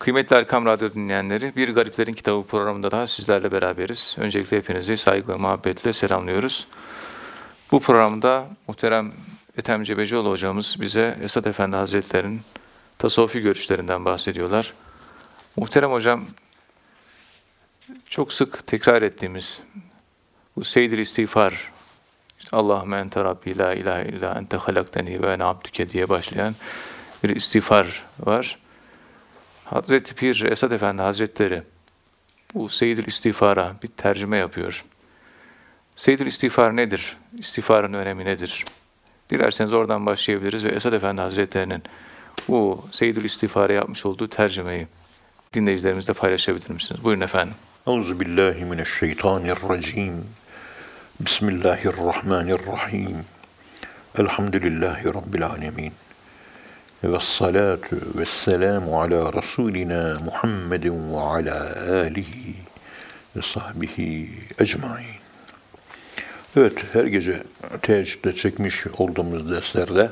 Kıymetli Erkam Radyo dinleyenleri, Bir Gariplerin Kitabı programında daha sizlerle beraberiz. Öncelikle hepinizi saygı ve muhabbetle selamlıyoruz. Bu programda muhterem Ethem Cebecioğlu hocamız bize Esad Efendi Hazretleri'nin tasavvufi görüşlerinden bahsediyorlar. Muhterem hocam, çok sık tekrar ettiğimiz bu Seyyid-i İstiğfar, Allahümme ente Rabbi la ilahe illa ente halakteni ve ene abdüke diye başlayan bir istiğfar var. Hazreti Pir Esad Efendi Hazretleri bu Seyyid-i İstiğfar'a bir tercüme yapıyor. Seyyid-i İstiğfar nedir? İstiğfarın önemi nedir? Dilerseniz oradan başlayabiliriz ve Esad Efendi Hazretleri'nin bu Seyyid-i İstiğfar'a yapmış olduğu tercümeyi dinleyicilerimizle paylaşabilir misiniz? Buyurun efendim. Euzubillahimineşşeytanirracim. Bismillahirrahmanirrahim. Elhamdülillahi Rabbil alemin. Vessalatu vesselamu ala Resulina Muhammedin ve ala alihi ve sahbihi ecmain. Evet, her gece teheccüde çekmiş olduğumuz derslerde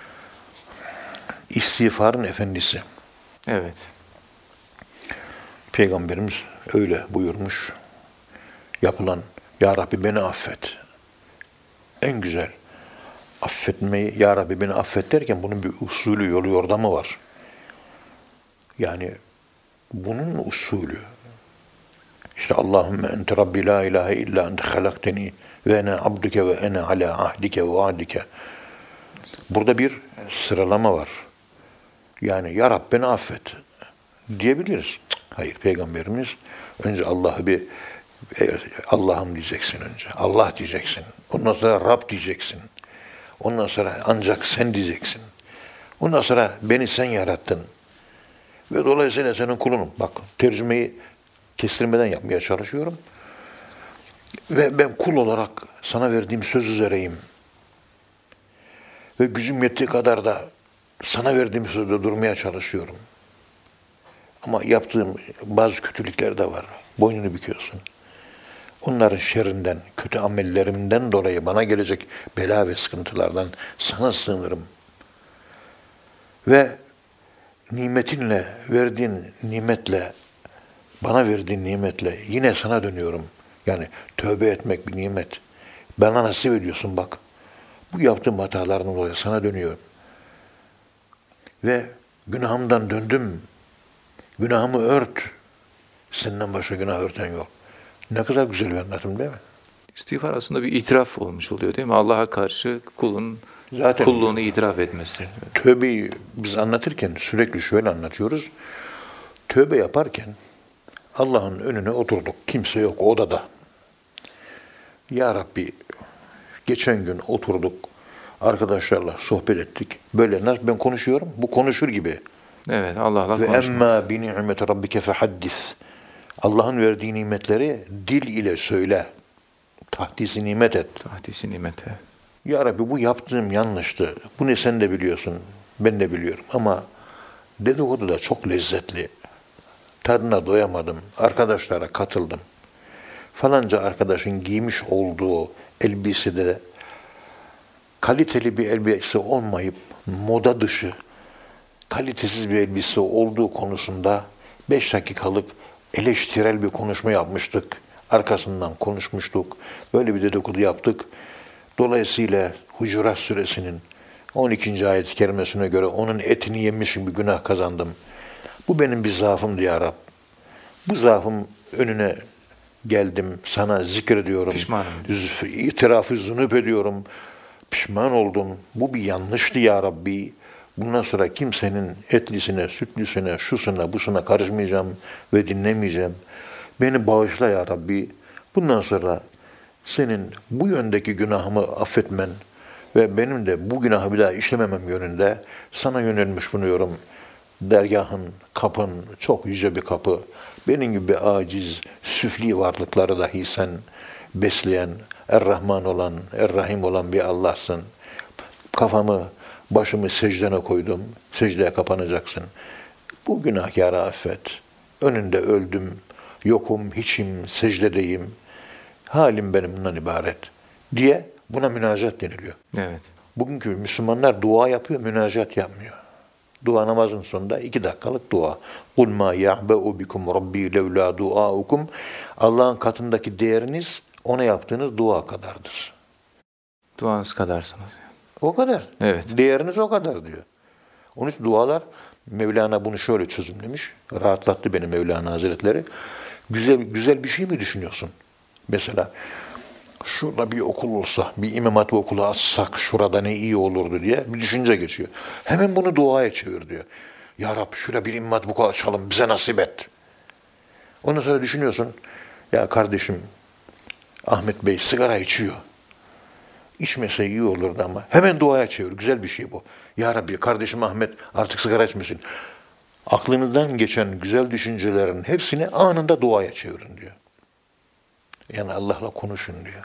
istiğfarın efendisi. Evet. Peygamberimiz öyle buyurmuş. Yapılan, Ya Rabbi beni affet. En güzel affetmeyi, Ya Rabbi beni affet derken bunun bir usulü, yolu yordamı var. Yani bunun usulü, işte Allahümme ente Rabbi la ilahe illa ente halakteni ve ene abduke ve ene ala ahdike ve vaadike. Burada bir sıralama var. Yani Ya Rabbi beni affet diyebiliriz. Hayır, Peygamberimiz önce Allah'ım diyeceksin önce. Allah diyeceksin. Ondan sonra Rab diyeceksin. Ondan sonra ancak sen diyeceksin. Ondan sonra beni sen yarattın. Ve dolayısıyla senin kulunum. Bak, tercümeyi kestirmeden yapmaya çalışıyorum. Ve ben kul olarak sana verdiğim söz üzereyim. Ve gücüm yettiği kadar da sana verdiğim sözde durmaya çalışıyorum. Ama yaptığım bazı kötülükler de var. Boynunu büküyorsun. Onların şerrinden, kötü amellerimden dolayı bana gelecek bela ve sıkıntılardan sana sığınırım. Ve nimetinle, verdiğin nimetle, bana verdiğin nimetle yine sana dönüyorum. Yani tövbe etmek bir nimet. Bana nasip ediyorsun bak. Bu yaptığım hatalardan dolayı sana dönüyorum. Ve günahımdan döndüm. Günahımı ört. Senden başka günah örten yok. Ne kadar güzel bir anlatım değil mi? İstiğfar aslında bir itiraf olmuş oluyor değil mi? Allah'a karşı kulun Zaten kulluğunu itiraf etmesi. tövbeyi biz anlatırken sürekli şöyle anlatıyoruz. Tövbe yaparken Allah'ın önüne oturduk. Kimse yok odada. Ya Rabbi, geçen gün oturduk. Arkadaşlarla sohbet ettik. Böyle nasıl ben konuşuyorum? Bu konuşur gibi. Evet, Allah'la Ve konuşmak. emma bi ni'meti rabbike fehaddis. Allah'ın verdiği nimetleri dil ile söyle. Tahdisi nimet et. Tahdisi nimete. Ya Rabbi bu yaptığım yanlıştı. Bunu sen de biliyorsun. Ben de biliyorum. Ama dedikodu da çok lezzetli. Tadına doyamadım. Arkadaşlara katıldım. Falanca arkadaşın giymiş olduğu elbisede kaliteli bir elbise olmayıp moda dışı, kalitesiz bir elbise olduğu konusunda 5 dakikalık eleştirel bir konuşma yapmıştık. Arkasından konuşmuştuk. Böyle bir dedikodu yaptık. Dolayısıyla Hucurat Suresinin 12. ayet-i kerimesine göre onun etini yemişim, bir günah kazandım. Bu benim bir zaafımdı ya Rab. Bu zaafım önüne geldim, sana zikrediyorum. Pişmanım. İtirafı zunub ediyorum. Pişman oldum. Bu bir yanlıştı ya Rabbi. Bundan sonra kimsenin etlisine, sütlüsüne, şusuna, busuna karışmayacağım ve dinlemeyeceğim. Beni bağışla ya Rabbi. Bundan sonra senin bu yöndeki günahımı affetmen ve benim de bu günahı bir daha işlememem yönünde sana yönelmiş bulunuyorum. Dergahın, kapın çok yüce bir kapı. Benim gibi aciz, süfli varlıkları dahi sen besleyen, Er-Rahman olan, Er-Rahim olan bir Allah'sın. Kafamı, başımı secdene koydum. Secdeye kapanacaksın. Bu günahkarı affet. Önünde öldüm. Yokum, hiçim, secdedeyim. Halim benim bundan ibaret diye buna münacat deniliyor. Evet. Bugünkü Müslümanlar dua yapıyor, münacat yapmıyor. Dua namazın sonunda 2 dakikalık dua. قُلْ مَا يَعْبَأُ بِكُمْ رَبِّي لَوْلَا دُعَاءُكُمْ Allah'ın katındaki değeriniz ona yaptığınız dua kadardır. Duanız kadarsınız. O kadar. Evet. Değeriniz o kadar diyor. Onun için dualar, Mevlana bunu şöyle çözümlemiş. Rahatlattı beni Mevlana Hazretleri. Güzel bir şey mi düşünüyorsun? Mesela şurada bir okul olsa, bir İmam Hatip okulu açsak şurada ne iyi olurdu diye bir düşünce geçiyor. Hemen bunu duaya çevir diyor. Ya Rab şurada bir İmam Hatip okulu açalım, bize nasip et. Ondan sonra düşünüyorsun, ya kardeşim Ahmet Bey sigara içiyor. İçmese iyi olurdu ama. Hemen duaya çevir. Güzel bir şey bu. Ya Rabbi kardeşim Ahmet artık sigara içmesin. Aklınızdan geçen güzel düşüncelerin hepsini anında duaya çevirin diyor. Yani Allah'la konuşun diyor.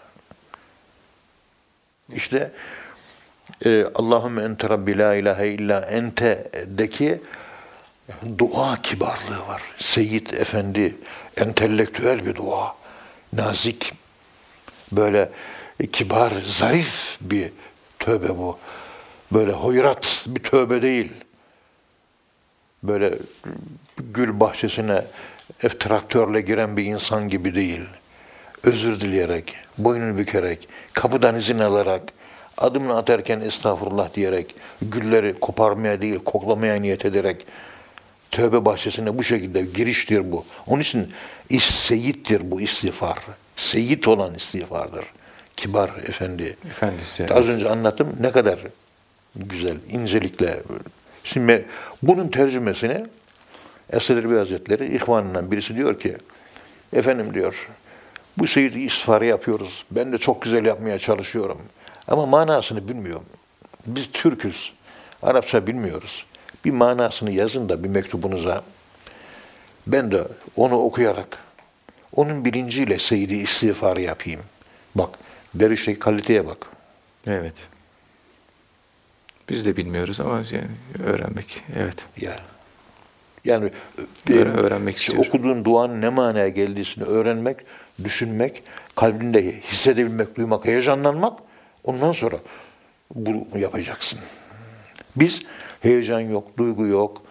İşte Allahümme ente Rabbi la ilahe illa ente'deki dua kibarlığı var. Seyyid Efendi, entelektüel bir dua. Nazik, böyle kibar, zarif bir tövbe bu. Böyle hoyrat bir tövbe değil. Böyle gül bahçesine traktörle giren bir insan gibi değil. Özür dileyerek, boynunu bükerek, kapıdan izin alarak, adımını atarken estağfurullah diyerek, gülleri koparmaya değil, koklamaya niyet ederek, tövbe bahçesine bu şekilde giriştir bu. Onun için seyyittir bu istiğfar. Seyyid olan istiğfardır. Kibar efendi. Efendisi. Az önce anlattım ne kadar güzel, incelikle. Şimdi bunun tercümesini Esad Erbil Hazretleri ihvanından birisi diyor ki, efendim diyor, bu seyyid-i istiğfarı yapıyoruz. Ben de çok güzel yapmaya çalışıyorum. Ama manasını bilmiyorum. Biz Türk'üz. Arapça bilmiyoruz. Bir manasını yazın da bir mektubunuza. Ben de onu okuyarak, onun bilinciyle seyyid-i istiğfarı yapayım. Bak, dervişteki kaliteye bak. Evet. Biz de bilmiyoruz ama yani öğrenmek. Evet. Ya. Yani öğrenmek istiyorum. okuduğun duanın ne manaya geldiğini öğrenmek, düşünmek, kalbinde hissedebilmek, duymak, heyecanlanmak, ondan sonra bunu yapacaksın. Biz heyecan yok, duygu yok,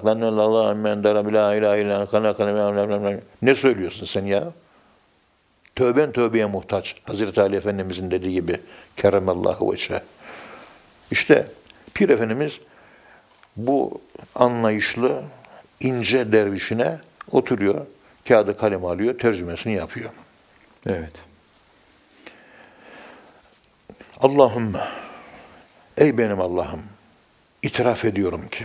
dudaklarla ne söylüyorsun sen ya? Tövben tövbeye muhtaç. Hazreti Ali Efendimizin dediği gibi keremallahu veçhe. İşte Pir Efendimiz bu anlayışlı, ince dervişine oturuyor, kağıdı kalem alıyor, tercümesini yapıyor. Evet. Allahümme, ey benim Allah'ım, itiraf ediyorum ki,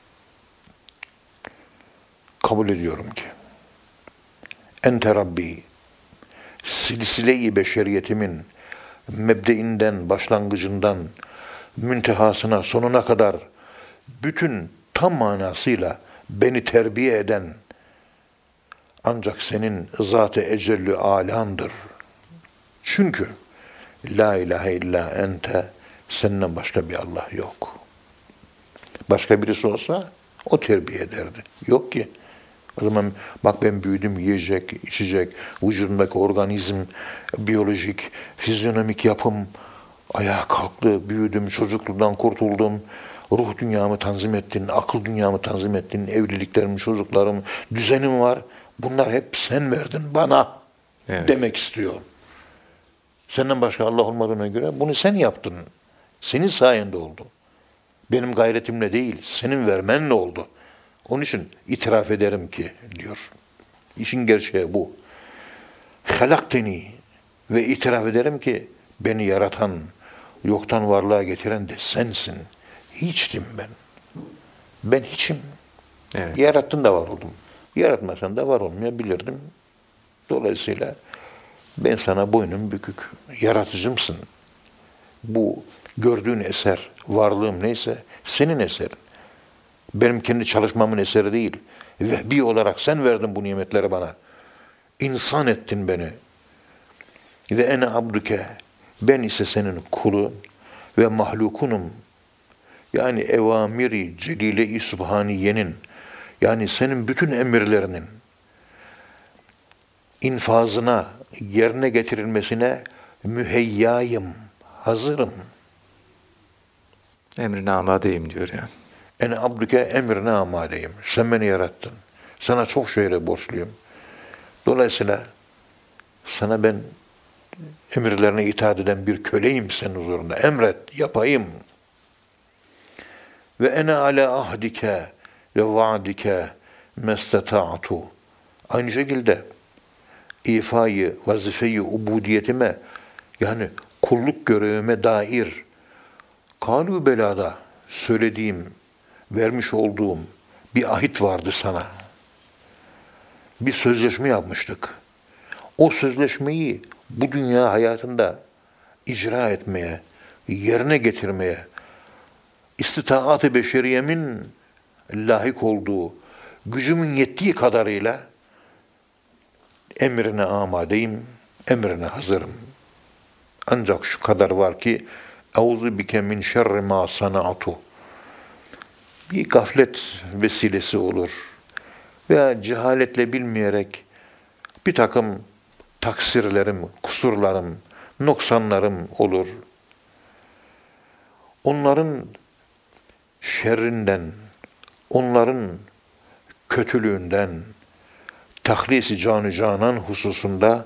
kabul ediyorum ki, ente Rabbi, silsile-i beşeriyetimin mebdeinden, başlangıcından, müntehasına, sonuna kadar bütün tam manasıyla beni terbiye eden ancak senin zat-ı ecellü alandır. Çünkü la ilahe illa ente, senden başka bir Allah yok. Başka birisi olsa o terbiye ederdi. Yok ki. O zaman bak ben büyüdüm, yiyecek, içecek, vücudumdaki organizm, biyolojik, fizyonomik yapım ayağa kalktı, büyüdüm, çocukluğundan kurtuldum, ruh dünyamı tanzim ettin, akıl dünyamı tanzim ettin, evliliklerim, çocuklarım, düzenim var. Bunlar hep sen verdin bana demek istiyor. Senden başka Allah olmadığına göre bunu sen yaptın. Senin sayende oldu. Benim gayretimle değil, senin vermenle oldu. Onun için itiraf ederim ki diyor. İşin gerçeği bu. Halakteni ve itiraf ederim ki beni yaratan, yoktan varlığa getiren de sensin. Hiçtim ben. Ben hiçim. Evet. Yarattın da var oldum. Yaratmasan da var olmayabilirdim. Dolayısıyla ben sana boynum bükük. Yaratıcımsın. Bu gördüğün eser, varlığım neyse senin eserin. Benim kendi çalışmamın eseri değil. Vehbi olarak sen verdin bu nimetleri bana. İnsan ettin beni. Ve ene abduke, ben ise senin kulu ve mahlukunum. Yani evamiri celile-i subhaniyenin, yani senin bütün emirlerinin infazına, yerine getirilmesine müheyyayım, hazırım. Emrine amadeyim diyor yani. Ene abduke emrine amadeyim. Sen beni yarattın. Sana çok şeyle borçluyum. Dolayısıyla sana ben emirlerine itaat eden bir köleyim senin huzurunda. Emret, yapayım. Ve ene ala ahdike ve vaadike mestata'tu. Aynı şekilde ifayı, vazifeyi, ubudiyetime, yani kulluk görevime dair kalu belada söylediğim, vermiş olduğum bir ahit vardı sana. Bir sözleşme yapmıştık. O sözleşmeyi bu dünya hayatında icra etmeye, yerine getirmeye, istitaat-ı beşeriyemin layık olduğu, gücümün yettiği kadarıyla emrine amadeyim, emrine hazırım. Ancak şu kadar var ki "Euzu bike min şerri ma sana'tu." Bir gaflet vesilesi olur veya cehaletle bilmeyerek bir takım taksirlerim, kusurlarım, noksanlarım olur. Onların şerrinden, onların kötülüğünden, tahlisi canı canan hususunda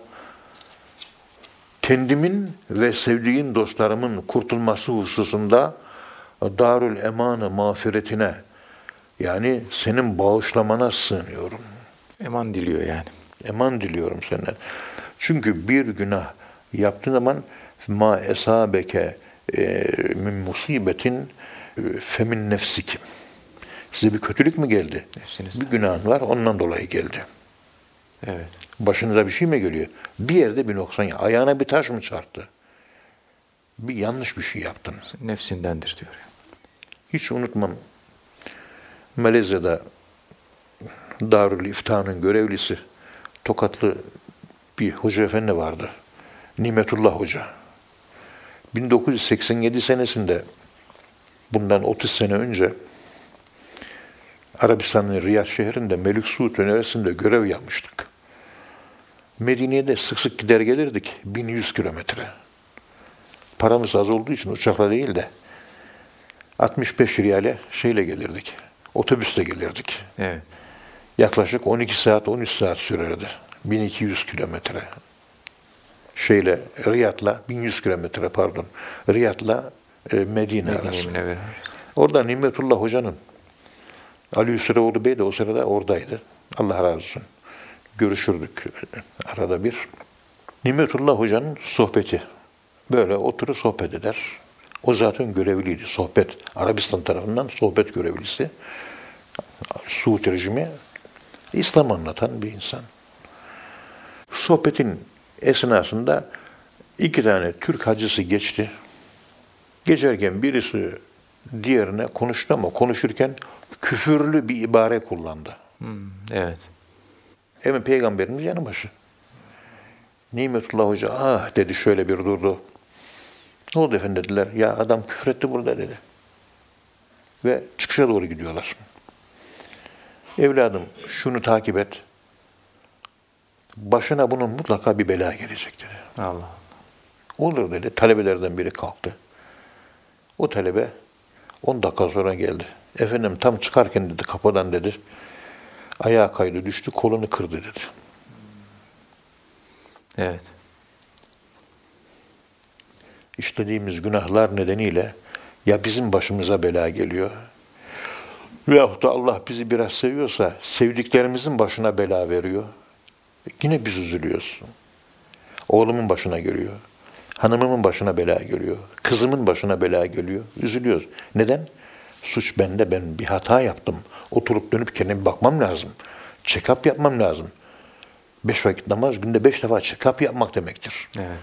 kendimin ve sevdiğim dostlarımın kurtulması hususunda darül emanı mağfiretine, yani senin bağışlamana sığınıyorum. Eman diliyor yani. Eman diliyorum senden. Çünkü bir günah yaptığın zaman ma esabeke min musibetin femin nefsikim. Size bir kötülük mü geldi? Nefsinizde. Bir günahın var, ondan dolayı geldi. Evet. Başınıza bir şey mi geliyor? Bir yerde bir noksan, ayağına bir taş mı çarptı? Bir yanlış bir şey yaptın. Nefsindendir diyor. Hiç unutmam. Malezya'da Darül İfta'nın görevlisi, Tokatlı bir hoca efendi vardı. Nimetullah Hoca. 1987 senesinde, bundan 30 sene önce, Arabistan'ın Riyad şehrinde Melik Suud Üniversitesi'nde görev yapmıştık. Medine'ye de sık sık gider gelirdik. 1100 kilometre. Paramız az olduğu için uçakla değil de 65 riyale şeyle gelirdik. Otobüsle gelirdik. Evet. Yaklaşık 12 saat, 13 saat sürerdi. 1200 kilometre. Riyad'la 1100 kilometre pardon. Riyad'la Medine arası. Medine-i Orada Nimetullah Hoca'nın, Ali Hüsrevoğlu Bey de o sırada oradaydı. Allah razı olsun. Görüşürdük arada bir. Nimetullah Hoca'nın sohbeti. Böyle oturur sohbet eder. O zaten görevliydi. Sohbet. Arabistan tarafından sohbet görevlisi. Suud rejimi. İslam anlatan bir insan. Sohbetin esnasında 2 tane Türk hacısı geçti. Geçerken birisi diğerine konuştu ama konuşurken küfürlü bir ibare kullandı. Evet. Hemen Peygamberimiz yanı başı. Nimetullah Hoca ah dedi, şöyle bir durdu. Ne oldu efendim dediler. Ya adam küfretti burada dedi. Ve çıkışa doğru gidiyorlar. Evladım şunu takip et. Başına bunun mutlaka bir bela gelecek dedi. Allah. Olur dedi. Talebelerden biri kalktı. O talebe 10 dakika sonra geldi. Efendim tam çıkarken dedi kapıdan dedi. Ayağa kaydı düştü, kolunu kırdı dedi. Evet. İşlediğimiz günahlar nedeniyle ya bizim başımıza bela geliyor veyahut da Allah bizi biraz seviyorsa sevdiklerimizin başına bela veriyor. Yine biz üzülüyoruz. Oğlumun başına geliyor. Hanımımın başına bela geliyor. Kızımın başına bela geliyor. Üzülüyoruz. Neden? Suç bende. Ben bir hata yaptım. Oturup dönüp kendime bakmam lazım. Check-up yapmam lazım. 5 vakit namaz, günde 5 defa check-up yapmak demektir. Evet.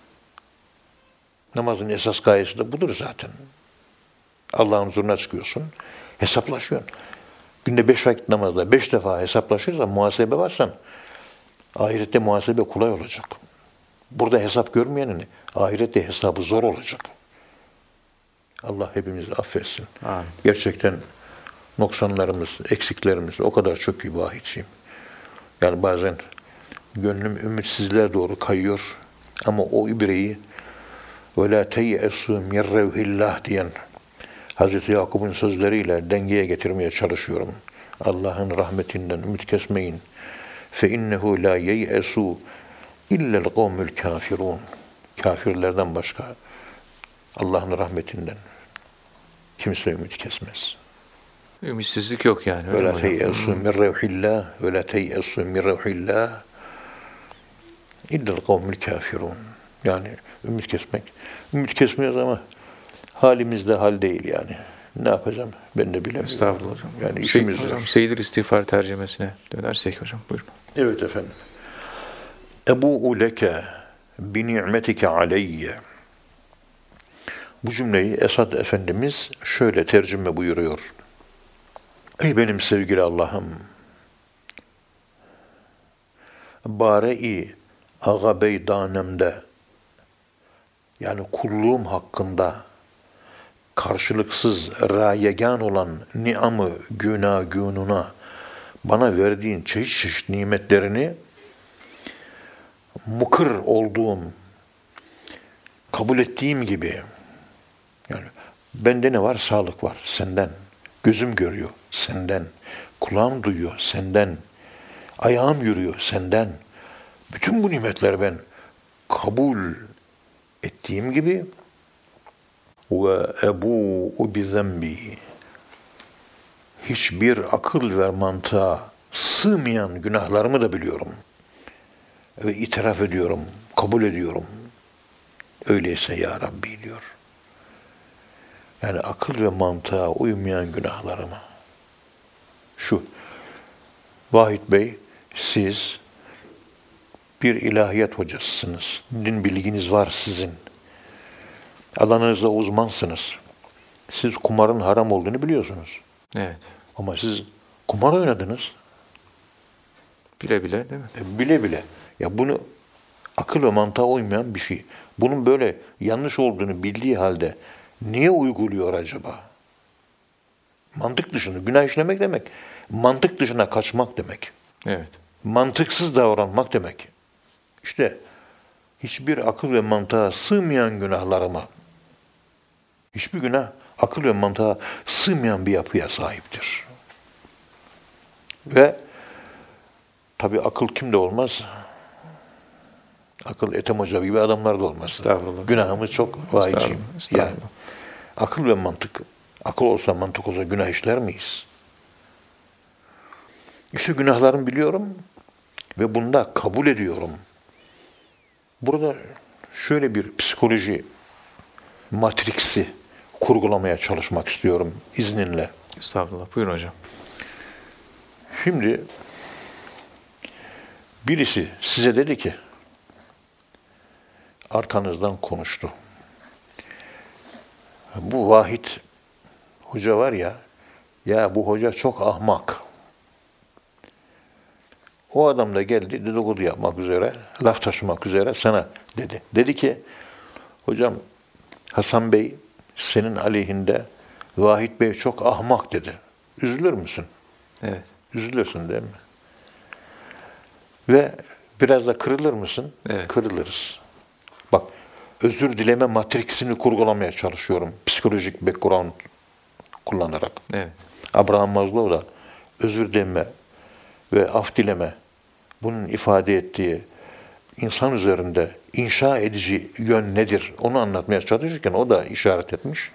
Namazın esas gayesi de budur zaten. Allah'ın huzuruna çıkıyorsun, hesaplaşıyorsun. Günde 5 vakit namazda 5 defa hesaplaşırsan, muhasebe varsan, ahirette muhasebe kolay olacak. Burada hesap görmeyenin ahirette hesabı zor olacak. Allah hepimizi affetsin. Amin. Gerçekten noksanlarımız, eksiklerimiz o kadar çok ki vahidçiyim. Yani bazen gönlüm ümitsizliğe doğru kayıyor ama o ibreyi وَلَا تَيْأَسُوا مِنْ رَوْحِ اللّٰهِ diyen Hazreti Yakup'un sözleriyle dengeye getirmeye çalışıyorum. Allah'ın rahmetinden ümit kesmeyin. فَاِنَّهُ لَا يَيْأَسُوا اِلَّا الْقَوْمُ الْكَافِرُونَ. Kafirlerden başka Allah'ın rahmetinden kimse ümit kesmez. Ümitsizlik yok yani. Ve öyle la mi? teyesu min revhillah ve la teyesu min revhillah illa'l kavmul kafirun. Yani ümit kesmek. Ümit kesmiyoruz ama halimizde hal değil yani. Ne yapacağım ben de bilemiyorum. Estağfurullah hocam. Yani işimiz Hocam zor. Seyyid-i İstiğfar tercümesine dönersek hocam buyurun. Evet efendim. Ebu'u leke bi ni'metike aleyye. Bu cümleyi Esad Efendimiz şöyle tercüme buyuruyor. Ey benim sevgili Allah'ım, bare-i ağabeydanemde, yani kulluğum hakkında karşılıksız rayegan olan ni'am-ı günagünuna bana verdiğin çeşit çeşit nimetlerini mukır olduğum, kabul ettiğim gibi, yani bende ne var? Sağlık var senden. Gözüm görüyor senden. Kulağım duyuyor senden. Ayağım yürüyor senden. Bütün bu nimetler ben kabul ettiğim gibi ve ebu'u bi zembi, hiçbir akıl ve mantığa sığmayan günahlarımı da biliyorum. Ve itiraf ediyorum, kabul ediyorum. Öyleyse ya Rabbi diyor. Yani akıl ve mantığa uymayan günahlarımı. Şu, Vahit Bey, siz bir ilahiyat hocasısınız. Din bilginiz var sizin. Alanınızda uzmansınız. Siz kumarın haram olduğunu biliyorsunuz. Evet. Ama siz kumar oynadınız. Bile bile değil mi? Bile bile. Ya bunu akıl ve mantığa uymayan bir şey. Bunun böyle yanlış olduğunu bildiği halde niye uyguluyor acaba? Mantık dışında. Günah işlemek demek. Mantık dışına kaçmak demek. Evet. Mantıksız davranmak demek. İşte hiçbir akıl ve mantığa sığmayan günahlarıma, hiçbir günah akıl ve mantığa sığmayan bir yapıya sahiptir. Ve tabii akıl kimde olmaz? Akıl Ethem Hoca gibi adamlar da olmaz. Estağfurullah. Günahımız çok vahiyciyim. Estağfurullah. Yani akıl ve mantık, akıl olsa mantık olsa günah işler miyiz? İşte günahlarımı biliyorum ve bunda kabul ediyorum. Burada şöyle bir psikoloji matriksi kurgulamaya çalışmak istiyorum izninle. Estağfurullah. Buyurun hocam. Şimdi birisi size dedi ki, arkanızdan konuştu. Bu Vahit hoca var ya, ya bu hoca çok ahmak. O adam da geldi dedikodu yapmak üzere, laf taşımak üzere sana dedi. Dedi ki, hocam Hasan Bey senin aleyhinde Vahit Bey çok ahmak dedi. Üzülür müsün? Evet. Üzülürsün değil mi? Ve biraz da kırılır mısın? Evet. Kırılırız. Bak, özür dileme matriksini kurgulamaya çalışıyorum. Psikolojik background kullanarak. Evet. Abraham Maslow da özür dileme ve af dileme, bunun ifade ettiği insan üzerinde inşa edici yön nedir? Onu anlatmaya çalışırken o da işaret etmiş.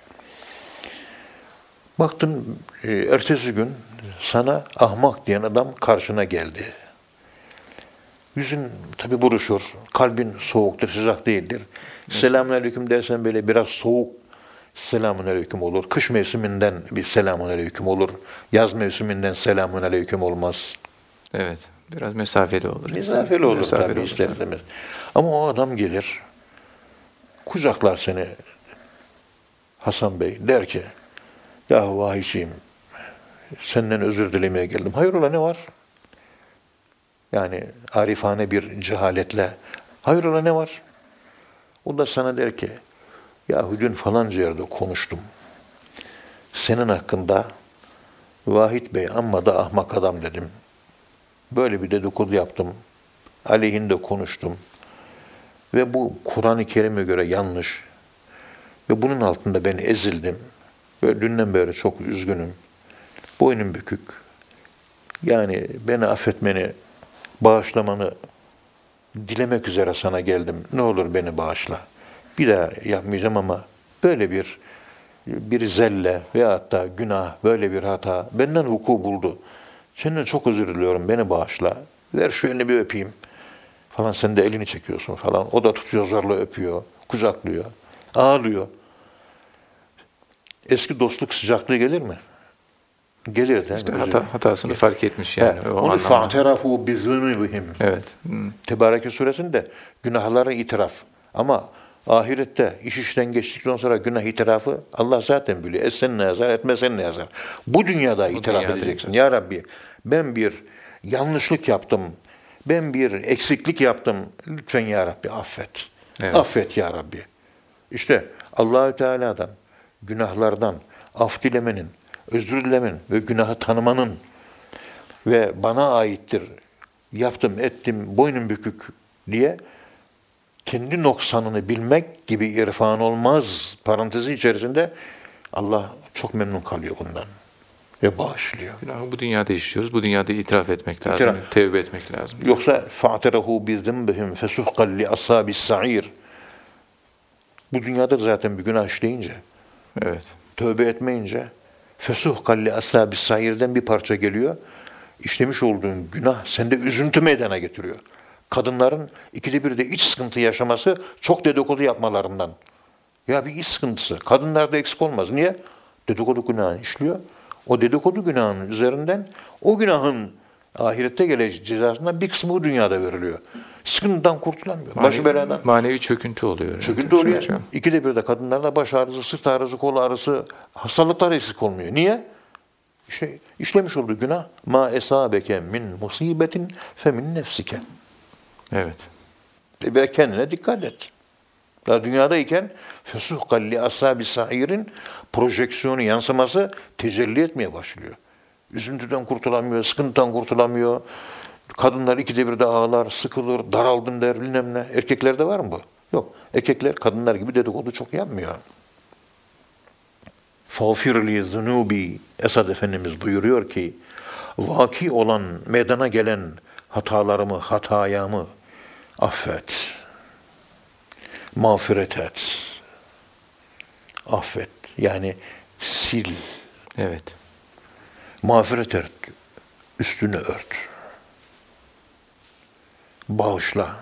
Baktın ertesi gün sana ahmak diyen adam karşına geldi. Yüzün tabi buruşur, kalbin soğuktur, sıcak değildir. Selamünaleyküm dersen böyle biraz soğuk selamünaleyküm olur. Kış mevsiminden bir selamünaleyküm olur. Yaz mevsiminden selamünaleyküm olmaz. Evet. Biraz mesafeli olur. Mesafeli olur Mesafeli tabii olur. ister istemez. Ama o adam gelir, kucaklar seni Hasan Bey, der ki, ya vahiyciğim, senden özür dilemeye geldim. Hayrola ne var? Yani arifane bir cehaletle, hayrola ne var? O da sana der ki, ya dün falanca yerde konuştum. Senin hakkında Vahit Bey amma da ahmak adam dedim. Böyle bir dedikodu yaptım. Aleyhinde konuştum. Ve bu Kur'an-ı Kerim'e göre yanlış. Ve bunun altında ben ezildim. Böyle dünden beri çok üzgünüm. Boynum bükük. Yani beni affetmeni, bağışlamanı dilemek üzere sana geldim. Ne olur beni bağışla. Bir daha yapmayacağım ama böyle bir zelle veyahut da günah, böyle bir hata benden vuku buldu. Senden çok özür diliyorum, beni bağışla. Ver şu elini bir öpeyim. Falan sen de elini çekiyorsun falan. O da tutuyor zorla öpüyor, kucaklıyor, ağlıyor. Eski dostluk sıcaklığı gelir mi? Gelir de. İşte hatasını fark etmiş yani. O Onu anlamda. fa'terafu bizunubihim. Evet. Tebareke suresinde günahlara itiraf. Ama ahirette iş işten geçtikten sonra günah itirafı Allah zaten biliyor. Etsen ne yazar, etmesen ne yazar. Bu dünyada itiraf dünyada edeceksin. Ya Rabbi ben bir yanlışlık yaptım. Ben bir eksiklik yaptım. Lütfen ya Rabbi affet. Evet. Affet ya Rabbi. İşte Allahü Teala'dan, günahlardan af dilemenin, özür dilemenin ve günahı tanımanın ve bana aittir, yaptım, ettim, boynum bükük diye kendi noksanını bilmek gibi irfan olmaz parantezi içerisinde Allah çok memnun kalıyor bundan ve bağışlıyor. Günahı bu dünyada işliyoruz. Bu dünyada itiraf etmek lazım. İtiraf. Tevbe etmek lazım. Yoksa fa'terahu bizzembihim fesuhkan li ashabis sa'ir. Bu dünyada zaten bir günah işleyince, Evet. tövbe etmeyince fesuhkan li ashabis sa'irden bir parça geliyor. İşlemiş olduğun günah sende üzüntü meydana getiriyor. Kadınların ikide bir de iç sıkıntı yaşaması çok dedikodu yapmalarından. Ya bir iç sıkıntısı. Kadınlarda eksik olmaz. Niye? Dedikodu günahını işliyor. O dedikodu günahının üzerinden o günahın ahirette gelecek cezasından bir kısmı bu dünyada veriliyor. Sıkıntıdan kurtulamıyor. Başı beladan. Manevi çöküntü oluyor. Çöküntü oluyor. İkide bir de kadınlarda baş ağrısı, sırt ağrısı, kol ağrısı, hastalıklar eksik olmuyor. Niye? İşte işlemiş olduğu günah ma esabeke min musibetin fe min nefsike. Evet. Ve kendine dikkat et. Daha dünyadayken fesuhkan li ashabi sairin projeksiyonu, yansıması tecelli etmeye başlıyor. Üzüntüden kurtulamıyor, sıkıntıdan kurtulamıyor. Kadınlar ikide bir de ağlar, sıkılır, daraldım der, bilmem ne. Erkeklerde var mı bu? Yok. Erkekler kadınlar gibi dedikodu çok yapmıyor. Fağfirli zunubi, Esad Efendimiz buyuruyor ki, vaki olan, meydana gelen hatalarımı, hatayamı affet. Mağfiret et. Affet. Yani sil. Evet. Mağfiret et. Üstünü ört. Bağışla.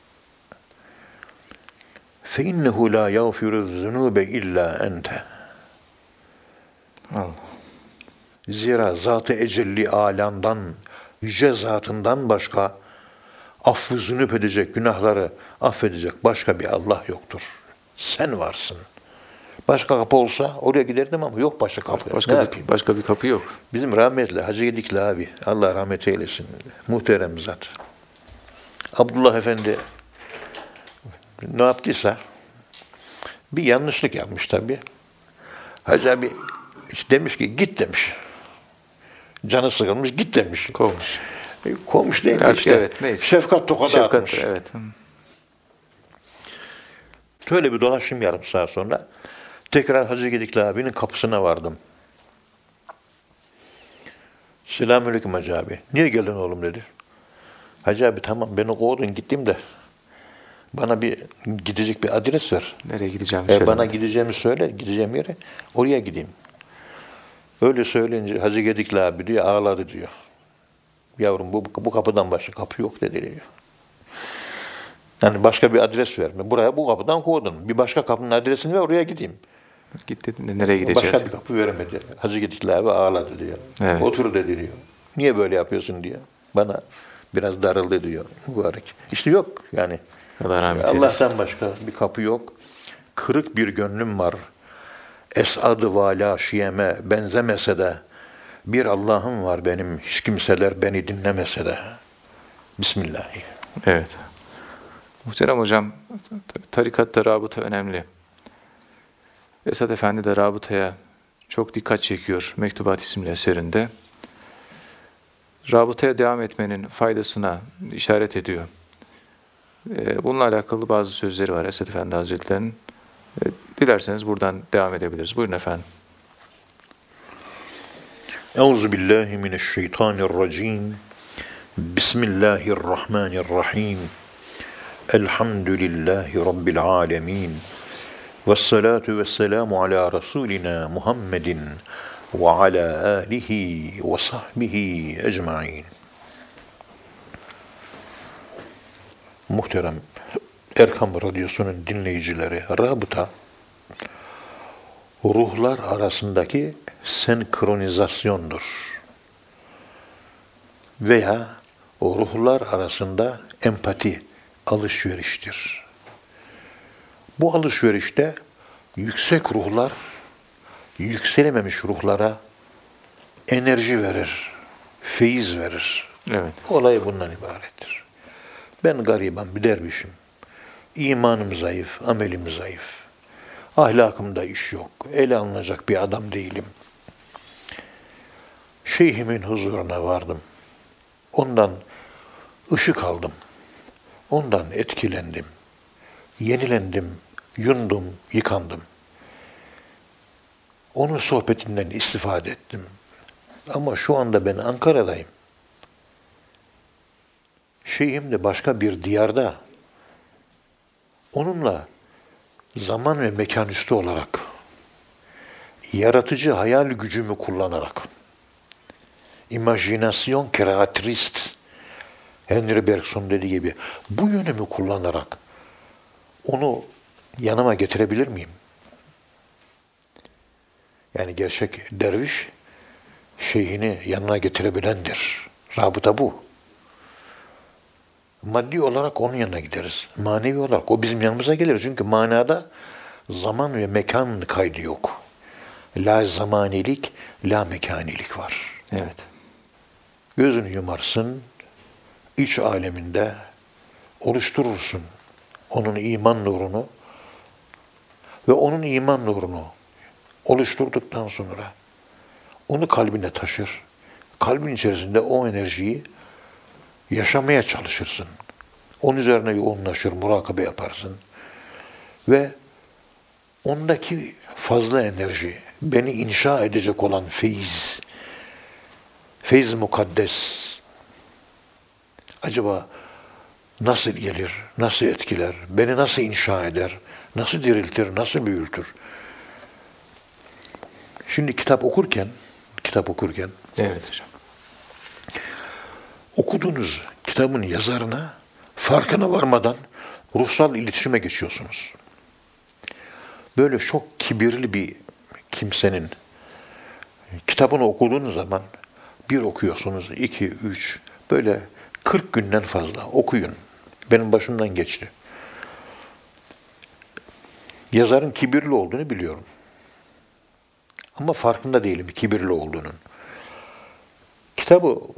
فَاِنَّهُ لَا يَغْفِرُ الذُّنُوبَ اِلَّا اَنْتَ. Allah. Zira zat-ı ecelli alandan, yüce zatından başka affı zünüp edecek, günahları affedecek başka bir Allah yoktur. Sen varsın. Başka kapı olsa oraya giderdim ama yok başka kapı. Başka bir kapı yok. Bizim rahmetli Hacı Gedikli abi, Allah rahmet eylesin, muhterem zat. Abdullah Efendi ne yaptıysa bir yanlışlık yapmış tabii. Hacı abi demiş ki git demiş. Canı sıkılmış git demiş. Kovmuş. Kovmuş değil mi Artık işte. evet, neyse. Şefkat tokadı atmış. Evet. Şöyle bir dolaştım yarım saat sonra. Tekrar Hacı Gedikli abinin kapısına vardım. Selamünaleyküm Hacı abi. Niye geldin oğlum dedi. Hacı abi tamam beni kovdun gittim de bana bir gidecek bir adres ver. Nereye gideceğim? Bana gideceğimi söyle, gideceğim yere oraya gideyim. Öyle söyleyince Hacı Gedikli abi diyor ağladı diyor. Yavrum bu kapıdan başka kapı yok dedi diyor. Yani başka bir adres verme. Buraya bu kapıdan kovdun. Bir başka kapının adresini ver oraya gideyim. Git dedin de nereye gideceğiz? Başka bir kapı veremedi. Hacı Gedikli abi ağladı diyor. Evet. Otur dedi diyor. Niye böyle yapıyorsun diyor. Bana biraz darıldı diyor mübarek. İşte yok yani. Allah rahmet eylesin. Allah'tan başka bir kapı yok. Kırık bir gönlüm var. Esad-ı vala şiyeme benzemese de bir Allah'ım var benim. Hiç kimseler beni dinlemese de. Bismillahirrahmanirrahim. Evet. Muhterem hocam, tarikatta rabıta önemli. Esad Efendi de rabıtaya çok dikkat çekiyor Mektubat isimli eserinde. Rabıtaya devam etmenin faydasına işaret ediyor. Bununla alakalı bazı sözleri var Esad Efendi Hazretleri'nin. Dilerseniz buradan devam edebiliriz. Buyurun efendim. Euzubillahimineşşeytanirracim. Bismillahirrahmanirrahim. Elhamdülillahi Rabbil alemin. Vessalatu vesselamu ala Resulina Muhammedin ve ala alihi ve sahbihi ecmain. Muhterem Erkam Radyosu'nun dinleyicileri, rabıta, ruhlar arasındaki senkronizasyondur. Veya o ruhlar arasında empati, alışveriştir. Bu alışverişte yüksek ruhlar, yükselememiş ruhlara enerji verir, feyiz verir. Evet. Olay bundan ibarettir. Ben gariban bir dervişim. İmanım zayıf, amelim zayıf. Ahlakımda iş yok. Ele alınacak bir adam değilim. Şeyhimin huzuruna vardım. Ondan ışık aldım. Ondan etkilendim. Yenilendim, yundum, yıkandım. Onun sohbetinden istifade ettim. Ama şu anda ben Ankara'dayım. Şeyhim de başka bir diyarda. Onunla zaman ve mekan üstü olarak, yaratıcı hayal gücümü kullanarak, imajinasyon kreatrist, Henry Bergson dediği gibi, bu yönümü kullanarak onu yanıma getirebilir miyim? Yani gerçek derviş, şeyhini yanına getirebilendir. Rabıta bu. Maddi olarak onun yanına gideriz. Manevi olarak o bizim yanımıza gelir. Çünkü manada zaman ve mekan kaydı yok. La zamanilik, la mekanilik var. Evet. Gözünü yumarsın, iç aleminde oluşturursun onun iman nurunu ve onun iman nurunu oluşturduktan sonra onu kalbine taşır. Kalbin içerisinde o enerjiyi yaşamaya çalışırsın. Onun üzerine yoğunlaşır, murakabe yaparsın. Ve ondaki fazla enerji, beni inşa edecek olan feyiz, feyiz mukaddes, acaba nasıl gelir, nasıl etkiler, beni nasıl inşa eder, nasıl diriltir, nasıl büyütür? Şimdi kitap okurken, Evet hocam. okuduğunuz kitabın yazarına farkına varmadan ruhsal iletişime geçiyorsunuz. Böyle çok kibirli bir kimsenin kitabını okuduğunuz zaman bir okuyorsunuz, 2, 3, böyle 40 günden fazla okuyun. Benim başımdan geçti. Yazarın kibirli olduğunu biliyorum. Ama farkında değilim kibirli olduğunun. Kitabı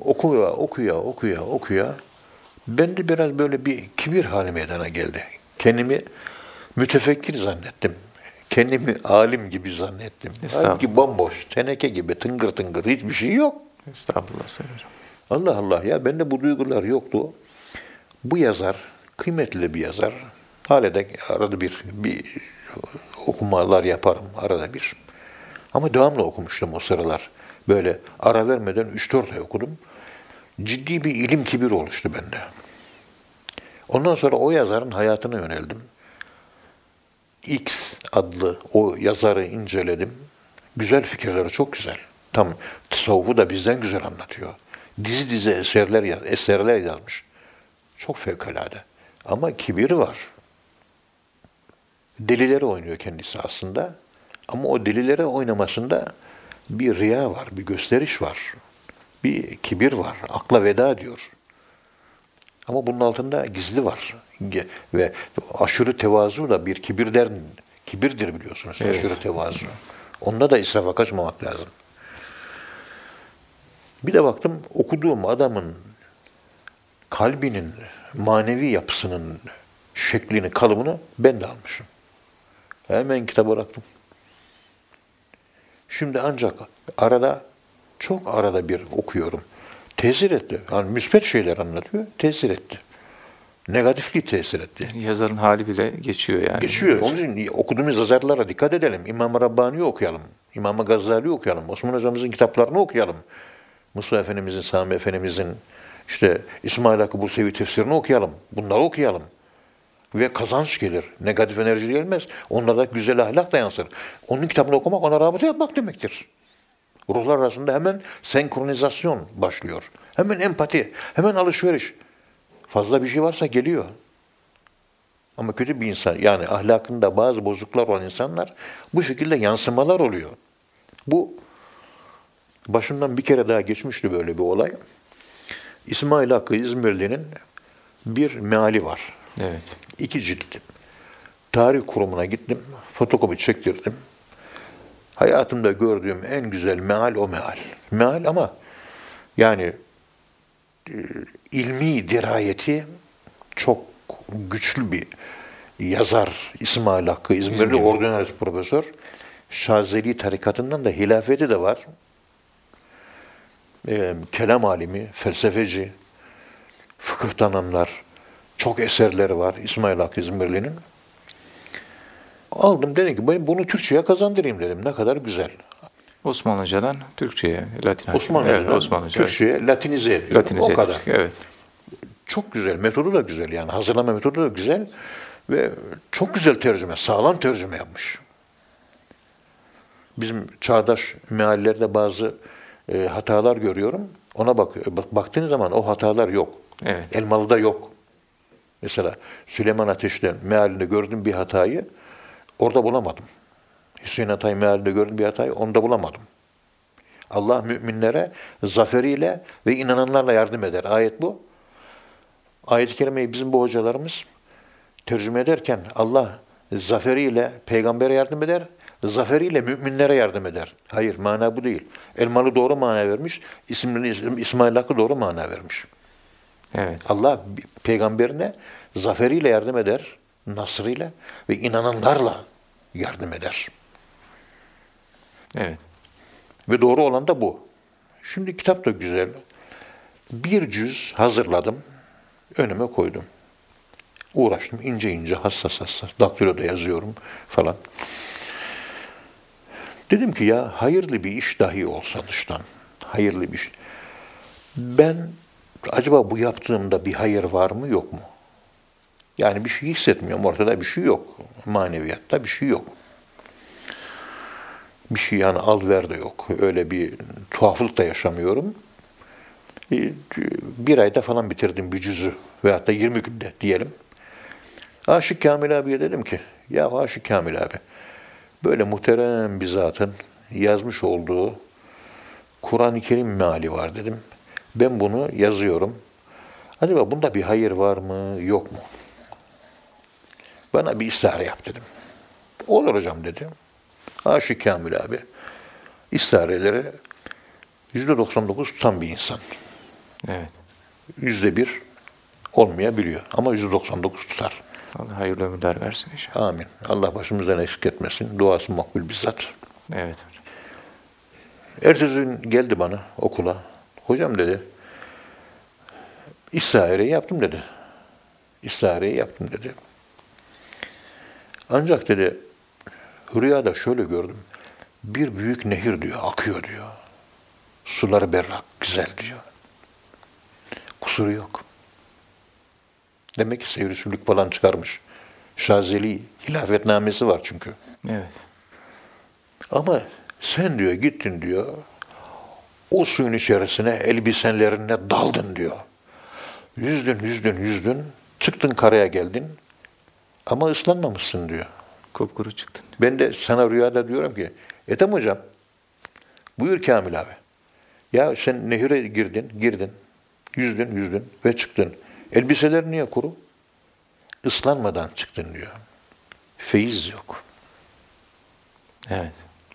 okuya bende biraz böyle bir kibir hali meydana geldi. Kendimi mütefekkir zannettim. Kendimi alim gibi zannettim. Halbuki bomboş, teneke gibi tıngır tıngır hiçbir şey yok. Estağfurullah Sayın Hocam. Allah Allah ya bende bu duygular yoktu. Bu yazar, kıymetli bir yazar. Hala da arada bir okumalar yaparım arada bir. Ama devamlı okumuştum o sıralar. Böyle ara vermeden 3-4 ay okudum. Ciddi bir ilim kibir oluştu bende. Ondan sonra o yazarın hayatına yöneldim. X adlı o yazarı inceledim. Güzel fikirleri çok güzel. Tam tasavvufu da bizden güzel anlatıyor. Dizi eserler yazmış. Çok fevkalade. Ama kibiri var. Delileri oynuyor kendisi aslında. Ama o delilere oynamasında bir riya var, bir gösteriş var. Bir kibir var. Akla veda diyor. Ama bunun altında gizli var. Ve aşırı tevazu da bir kibirdir biliyorsunuz. Evet. Aşırı tevazu. Onda da israfa kaçmamak lazım. Bir de baktım okuduğum adamın kalbinin, manevi yapısının şeklini, kalıbını ben de almışım. Hemen kitaba bıraktım. Şimdi ancak çok arada bir okuyorum. Tesir etti. Yani müspet şeyler anlatıyor, tesir etti. negatifliği tesir etti. Yazarın hali bile geçiyor yani. Geçiyor. Onun için okuduğumuz yazarlara dikkat edelim. İmam-ı Rabbani'yi okuyalım. İmam-ı Gazali'yi okuyalım. Osman Hocamızın kitaplarını okuyalım. Musa Efendimizin, Sami Efendimizin, işte İsmail Hakkı Bursevi tefsirini okuyalım. Bunları okuyalım. Ve kazanç gelir. Negatif enerji gelmez. Onlarda güzel ahlak da yansır. Onun kitabını okumak ona rabıta yapmak demektir. Ruhlar arasında hemen senkronizasyon başlıyor. Hemen empati, hemen alışveriş. Fazla bir şey varsa geliyor. Ama kötü bir insan, yani ahlakında bazı bozukluklar olan insanlar bu şekilde yansımalar oluyor. Bu başından bir kere daha geçmişti böyle bir olay. İsmail Hakkı İzmirli'nin bir meali var. Evet. 2 cilt. Tarih kurumuna gittim, fotokopi çektirdim. Hayatımda gördüğüm en güzel meal o meal. Meal ama yani ilmi dirayeti çok güçlü bir yazar İsmail Hakkı İzmirli ordinaris profesör. Şazeli tarikatından da hilafeti de var. Kelam alimi, felsefeci, fıkıhtan anlar. Çok eserleri var İsmail Hakkı İzmirli'nin. Aldım, dedim ki ben bunu Türkçe'ye kazandırayım dedim. Ne kadar güzel. Osmanlıcadan Türkçe'ye, Latin Osmanlıcadan evet, Osmanlıca. Türkçe'ye latinize ediyor. Latinize o kadar. ettik, evet. Çok güzel. Metodu da güzel yani. Hazırlama metodu da güzel. Ve çok güzel tercüme. Sağlam tercüme yapmış. Bizim çağdaş meallerde bazı hatalar görüyorum. Ona baktığın zaman o hatalar yok. Evet. Elmalı'da yok. Mesela Süleyman Ateş'ten mealinde gördüğüm bir hatayı orada bulamadım. Hüseyin Atay mealinde gördüğüm bir hatayı onda bulamadım. Allah müminlere zaferiyle ve inananlarla yardım eder. Ayet bu. Ayet-i kerimeyi bizim bu hocalarımız tercüme ederken Allah zaferiyle peygambere yardım eder, zaferiyle müminlere yardım eder. Hayır, mana bu değil. Elmalı doğru mana vermiş, İsmail Hakkı doğru mana vermiş. Evet. Allah peygamberine zaferiyle yardım eder, nasrıyla ve inananlarla yardım eder. Evet. Ve doğru olan da bu. Şimdi kitap da güzel. Bir cüz hazırladım, önüme koydum. Uğraştım ince ince, hassas hassas. Daktiloda yazıyorum falan. Dedim ki ya hayırlı bir iş dahi olsa dıştan, hayırlı bir iş. Ben acaba bu yaptığımda bir hayır var mı yok mu? Yani bir şey hissetmiyorum. Ortada bir şey yok. Maneviyatta bir şey yok. Bir şey yani al ver de yok. Öyle bir tuhaflık da yaşamıyorum. Bir ayda falan bitirdim bir cüzü. Veyahut da 20 günde diyelim. Aşık Kamil abiye dedim ki, ya Aşık Kamil abi, böyle muhterem bir zatın yazmış olduğu Kur'an-ı Kerim meali var dedim. Ben bunu yazıyorum. Acaba bunda bir hayır var mı, yok mu? Bana bir istihare yap dedim. Olur hocam dedi. Aşık Kamil abi, istihareleri %99 tutan bir insan. Evet. %1 olmayabiliyor ama %99 tutar. Allah hayırlı ömürler versin inşallah. Amin. Allah başımızdan eksik etmesin. Duası makbul bizzat. Evet. Ertesi gün geldi bana okula. Hocam dedi, istihareyi yaptım dedi. İstihareyi yaptım dedi. Ancak dedi, rüyada şöyle gördüm. Bir büyük nehir diyor, akıyor diyor. Suları berrak, güzel diyor. Kusuru yok. Demek ki seyircilik falan çıkarmış. Şazeli hilafetnamesi var çünkü. Evet. Ama sen diyor gittin diyor, o suyun içerisine elbisenlerine daldın diyor. Yüzdün, çıktın karaya geldin ama ıslanmamışsın diyor. Kupkuru çıktın. Ben de sana rüyada diyorum ki, Ethem hocam, buyur Kamil abi. Ya sen nehire girdin, yüzdün ve çıktın. Elbiseler niye kuru? Islanmadan çıktın diyor. Feyiz yok. Evet.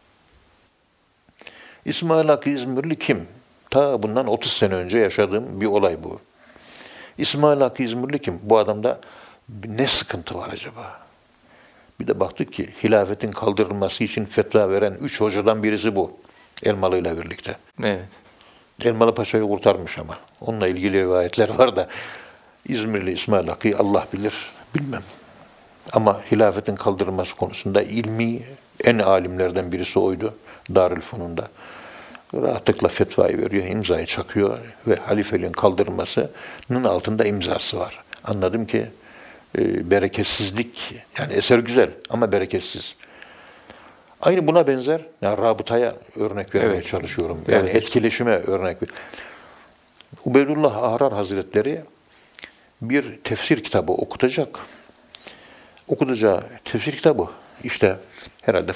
İsmail Hakkı İzmirli kim? Ta bundan 30 sene önce yaşadığım bir olay bu. İsmail Hakkı İzmirli kim? Bu adamda ne sıkıntı var acaba? Bir de baktık ki hilafetin kaldırılması için fetva veren 3 hocadan birisi bu. Elmalı ile birlikte. Evet. Elmalı Paşa'yı kurtarmış ama. Onunla ilgili rivayetler var da İzmirli İsmail Hakkı'yı Allah bilir, bilmem. Ama hilafetin kaldırılması konusunda ilmi en alimlerden birisi oydu Darülfünun'da. Rahatlıkla fetvayı veriyor, imzayı çakıyor ve halifeliğin kaldırılmasının altında imzası var. Anladım ki bereketsizlik, yani eser güzel ama bereketsiz. Aynı buna benzer, yani rabıtaya örnek vermeye çalışıyorum. Yani etkileşime örnek ver. Ubeydullah Ahrar Hazretleri bir tefsir kitabı okutacak. Okutacağı tefsir kitabı işte herhalde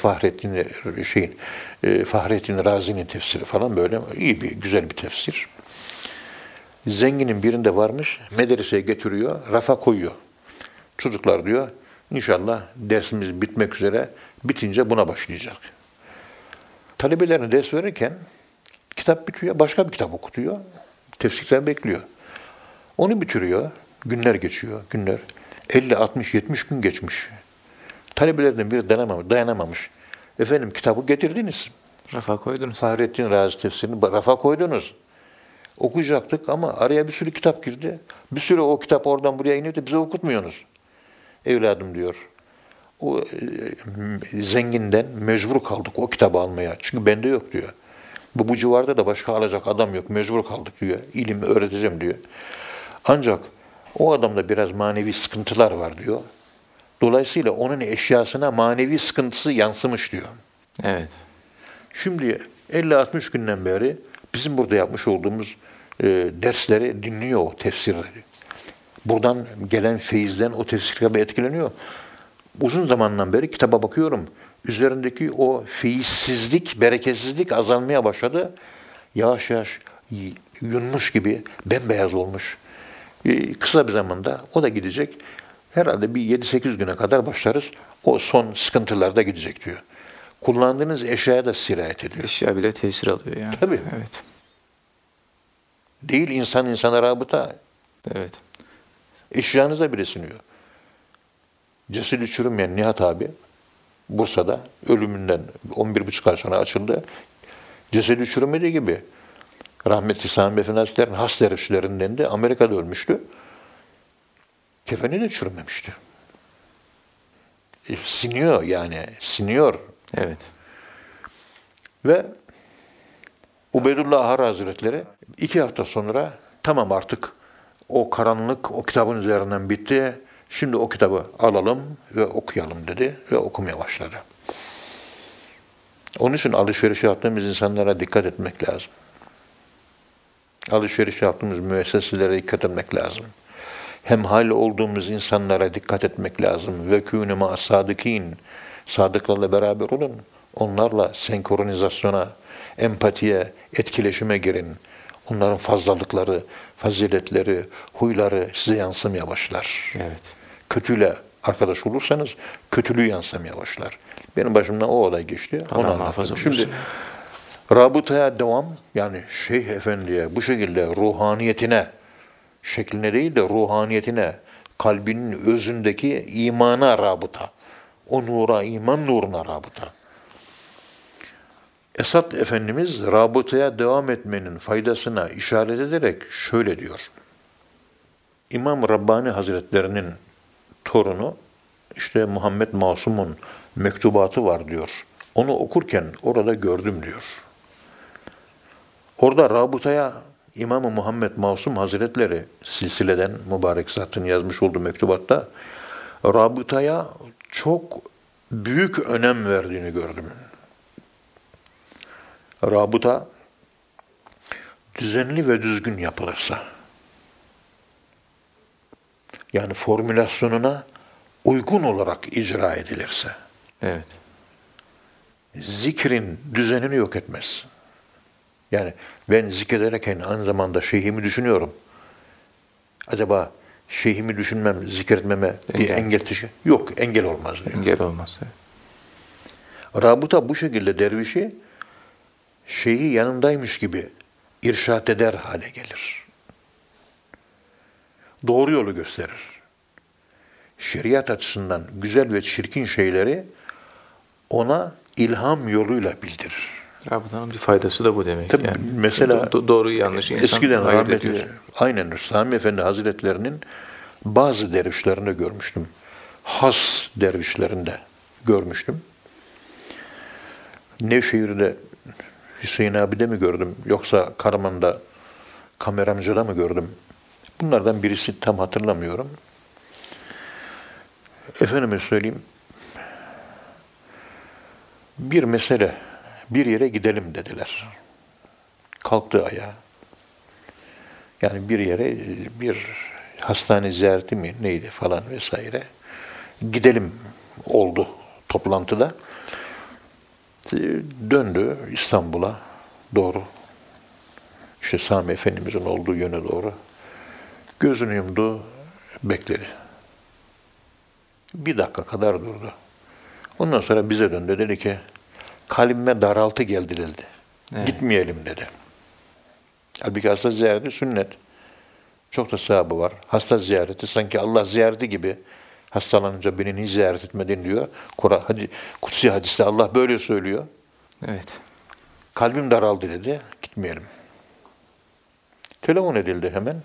Fahrettin Razi'nin tefsiri falan, böyle iyi bir güzel bir tefsir. Zenginin birinde varmış, medreseye getiriyor, rafa koyuyor. Çocuklar diyor, inşallah dersimiz bitmek üzere, bitince buna başlayacak. Talebelerine ders verirken kitap bitiyor, başka bir kitap okutuyor. Tefsir kitabı bekliyor. Onu bitiriyor, günler geçiyor, günler. 50, 60, 70 gün geçmiş. Talebelerden biri dayanamamış. Efendim kitabı getirdiniz. Rafa koydunuz. Fahrettin Razi tefsirini rafa koydunuz. Okuyacaktık ama araya bir sürü kitap girdi. Bir sürü o kitap oradan buraya iniyor da bize okutmuyorsunuz. Evladım diyor. O zenginden mecbur kaldık o kitabı almaya. Çünkü bende yok diyor. Bu civarda da başka alacak adam yok. Mecbur kaldık diyor. İlimi öğreteceğim diyor. Ancak o adamda biraz manevi sıkıntılar var diyor. Dolayısıyla onun eşyasına manevi sıkıntısı yansımış diyor. Evet. Şimdi 50-60 günden beri bizim burada yapmış olduğumuz dersleri dinliyor, o tefsirleri. Buradan gelen feyizden o tefsir kitabı etkileniyor. Uzun zamandan beri kitaba bakıyorum. Üzerindeki o feyizsizlik, bereketsizlik azalmaya başladı. Yavaş yavaş yunmuş gibi bembeyaz olmuş. Kısa bir zamanda o da gidecek. Herhalde bir 7-8 güne kadar başlarız. O son sıkıntılar da gidecek diyor. Kullandığınız eşyaya da sirayet ediyor. Eşya bile tesir alıyor yani. Tabii. Evet. Değil insan insana rabıta. Evet. Eşyanıza bile siniyor. Cesedi çürümeyen Nihat abi Bursa'da ölümünden 11,5 ay sonra açıldı. Cesedi çürümediği gibi rahmetli Sami Efendi Hazretleri'nin has dervişlerinden de Amerika'da ölmüştü. Kefeni de çürümemişti. Siniyor yani, siniyor. Evet. Ve Ubeydullah Ahar Hazretleri 2 hafta sonra tamam artık o karanlık o kitabın üzerinden bitti. Şimdi o kitabı alalım ve okuyalım dedi ve okumaya başladı. Onun için alışveriş yaptığımız insanlara dikkat etmek lazım. Alışveriş yaptığımız müesseselere dikkat etmek lazım. Hemhal olduğumuz insanlara dikkat etmek lazım. Ve kûne mâ sâdıkîn. Sadıklarla beraber olun. Onlarla senkronizasyona, empatiye, etkileşime girin. Onların fazlalıkları, faziletleri, huyları size yansımaya başlar. Evet. Kötüyle arkadaş olursanız kötülüğü yansımaya başlar. Benim başımdan o olay geçti. Allah Onu muhafaza anlattım. buyursun. Şimdi rabıtaya devam, yani Şeyh Efendi'ye bu şekilde ruhaniyetine, şekline değil de ruhaniyetine, kalbinin özündeki imana rabıta, o nura, iman nuruna rabıta. Esad Efendimiz rabıtaya devam etmenin faydasına işaret ederek şöyle diyor. İmam Rabbani Hazretlerinin torunu, işte Muhammed Masum'un mektubatı var diyor. Onu okurken orada gördüm diyor. Orada rabıtaya İmam-ı Muhammed Masum Hazretleri silsileden mübarek zatın yazmış olduğu mektubatta rabıtaya çok büyük önem verdiğini gördüm. Rabıta düzenli ve düzgün yapılırsa, yani formülasyonuna uygun olarak icra edilirse, Evet. zikrin düzenini yok etmez. Yani ben zikrederken aynı zamanda şeyhimi düşünüyorum. Acaba şeyhimi düşünmem, zikretmeme bir engel teşkil? Yok, engel olmaz diyor. Engel olmaz. Evet. Rabıta bu şekilde dervişi şeyhi yanındaymış gibi irşad eder hale gelir. Doğru yolu gösterir. Şeriat açısından güzel ve çirkin şeyleri ona ilham yoluyla bildirir. Rabıtanın bir faydası da bu demek. Tabii yani. mesela Doğruyu yanlışı insan eskiden ayırt rahmetli ediyor. aynen Sami Efendi Hazretlerinin bazı dervişlerinde görmüştüm. Has dervişlerinde görmüştüm. Nevşehir'de Hüseyin abi de mi gördüm yoksa Karaman'da Kameramcı'da mı gördüm? Bunlardan birisi tam hatırlamıyorum. Efendime söyleyeyim, bir mesele, bir yere gidelim dediler. Kalktı ayağa. Yani bir yere, bir hastane ziyareti mi neydi falan vesaire. Gidelim oldu toplantıda. Döndü İstanbul'a doğru. İşte Sami Efendimizin olduğu yöne doğru. Gözünü yumdu, bekledi. Bir dakika kadar durdu. Ondan sonra bize döndü. Dedi ki, kalbime daraltı geldi dedi. Evet. Gitmeyelim dedi. Halbuki hasta ziyareti sünnet. Çok da sevabı var. Hasta ziyareti sanki Allah ziyareti gibi. Hastalanınca beni niye ziyaret etmedin diyor. Kutsi hadiste Allah böyle söylüyor. Evet. Kalbim daraldı dedi. Gitmeyelim. Telefon edildi hemen.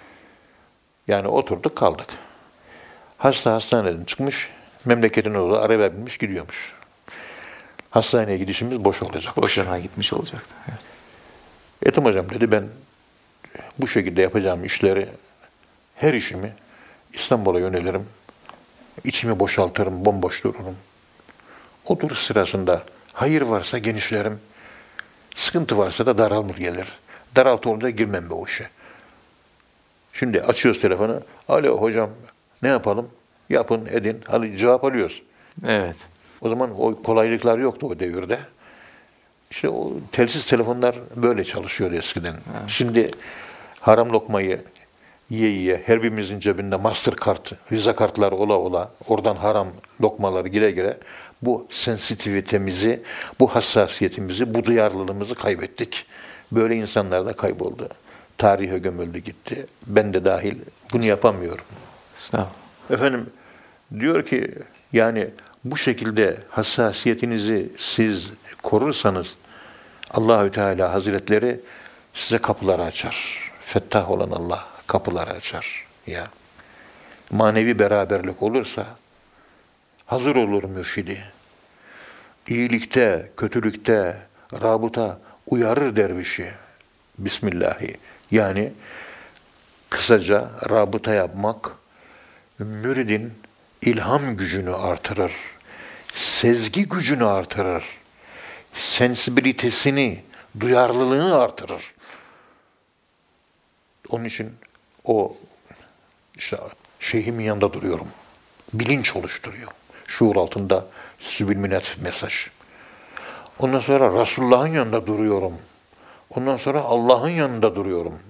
Yani oturduk kaldık. Hasta hastaneden çıkmış. Memleketine doğru araba binmiş gidiyormuş. Hastaneye gidişimiz boş olacak. Boşuna gitmiş olacaktı. Evet. Ethem hocam dedi ben bu şekilde yapacağım işleri, her işimi İstanbul'a yönelirim. İçimi boşaltırım, bomboş dururum. O duruş sırasında hayır varsa genişlerim. Sıkıntı varsa da daralır gelir. Daraltı olunca girmem be o işe. Şimdi açıyoruz telefonu. Alo hocam ne yapalım? Yapın, edin. Hadi cevap alıyoruz. Evet. O zaman o kolaylıklar yoktu o devirde. İşte o telsiz telefonlar böyle çalışıyordu eskiden. Evet. Şimdi haram lokmayı yiye her birimizin cebinde Mastercard, Visa kartlar ola ola, oradan haram lokmaları gire gire bu sensitivitemizi, bu hassasiyetimizi, bu duyarlılığımızı kaybettik. Böyle insanlar da kayboldu. Tarihe gömüldü gitti. Ben de dahil bunu yapamıyorum. Sağ ol. Efendim diyor ki yani bu şekilde hassasiyetinizi siz korursanız Allahü Teala Hazretleri size kapıları açar. Fettah olan Allah kapıları açar. Ya manevi beraberlik olursa hazır olur mürşidi. İyilikte, kötülükte, rabıta uyarır dervişi. Bismillahi. Yani kısaca rabıta yapmak müridin ilham gücünü artırır. Sezgi gücünü artırır. Sensibilitesini, duyarlılığını artırır. Onun için o işte şeyhimin yanında duruyorum. Bilinç oluşturuyor. Şuur altında sübliminal mesaj. Ondan sonra Resulullah'ın yanında duruyorum. Ondan sonra Allah'ın yanında duruyorum.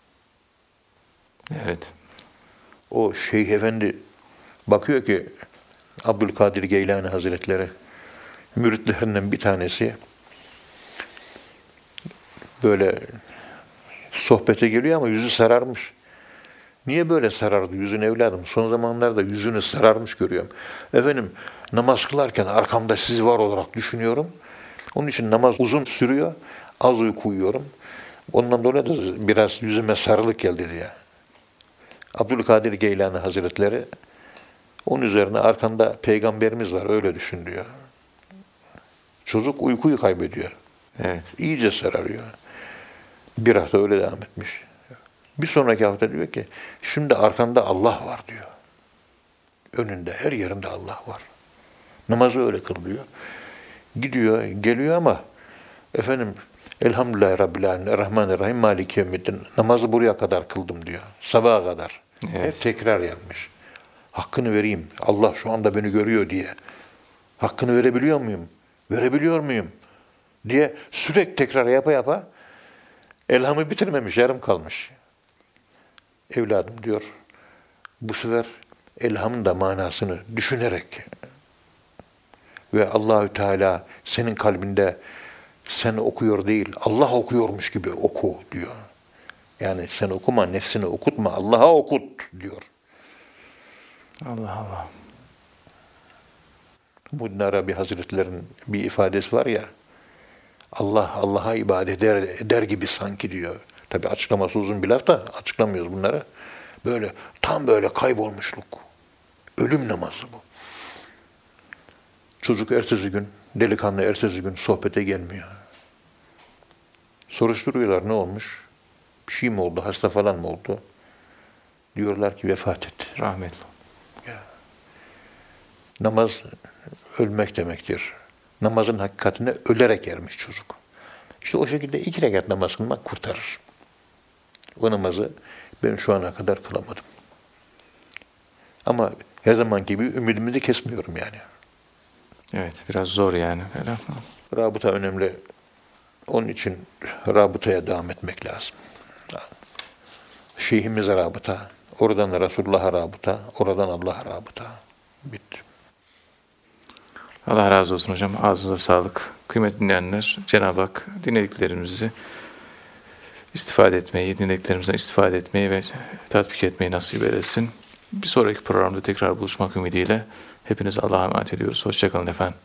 Evet. O Şeyh Efendi bakıyor ki Abdülkadir Geylani Hazretleri müritlerinden bir tanesi böyle sohbete geliyor ama yüzü sararmış. Niye böyle sarardı yüzün evladım? Son zamanlarda yüzünü sararmış görüyorum. Efendim namaz kılarken arkamda siz var olarak düşünüyorum. Onun için namaz uzun sürüyor. Az uyku uyuyorum. Ondan dolayı da biraz yüzüme sarılık geldi diye. Abdülkadir Geylani Hazretleri onun üzerine arkanda peygamberimiz var öyle düşün diyor. Çocuk uykuyu kaybediyor. Evet. İyice sararıyor. Bir hafta öyle devam etmiş. Bir sonraki hafta diyor ki şimdi arkanda Allah var diyor. Önünde her yerinde Allah var. Namazı öyle kıl diyor. Gidiyor, geliyor ama efendim Elhamdülillahi Rabbil Alemin, Errahmanirrahim, Maliki Yevmiddin. Namazı buraya kadar kıldım diyor. Sabaha kadar. Evet. Hep tekrar yapmış. Hakkını vereyim. Allah şu anda beni görüyor diye. Hakkını verebiliyor muyum? Verebiliyor muyum? Diye sürekli tekrar yapa yapa elhamı bitirmemiş, yarım kalmış. Evladım diyor, bu sefer elhamın da manasını düşünerek ve Allahü Teala senin kalbinde sen okuyor değil, Allah okuyormuş gibi oku diyor. Yani sen okuma, nefsini okutma, Allah'a okut diyor. Allah Allah. Muhyiddin Arabi Hazretleri'nin bir ifadesi var ya, Allah'a ibadet eder gibi sanki diyor. Tabi açıklaması uzun bir laf da açıklamıyoruz bunları. Böyle tam böyle kaybolmuşluk. Ölüm namazı bu. Çocuk ertesi gün, delikanlı ertesi gün sohbete gelmiyor. Soruşturuyorlar ne olmuş? Bir şey mi oldu? Hasta falan mı oldu? Diyorlar ki vefat etti. Rahmetli. Namaz ölmek demektir. Namazın hakikatine ölerek ermiş çocuk. İşte o şekilde 2 rekat namaz kılmak kurtarır. O namazı ben şu ana kadar kılamadım. Ama her zamanki gibi ümidimizi kesmiyorum yani. Evet, biraz zor yani. Öyle. Rabıta önemli. Onun için rabıtaya devam etmek lazım. Şeyhimize rabıta, oradan Resulullah'a rabıta, oradan Allah'a rabıta. Bitti. Allah razı olsun hocam. Ağzınıza sağlık. Kıymetli dinleyenler, Cenab-ı Hak dinlediklerimizi dinlediklerimizden istifade etmeyi ve tatbik etmeyi nasip eylesin. Bir sonraki programda tekrar buluşmak ümidiyle hepinize Allah'a emanet ediyoruz. Hoşça kalın efendim.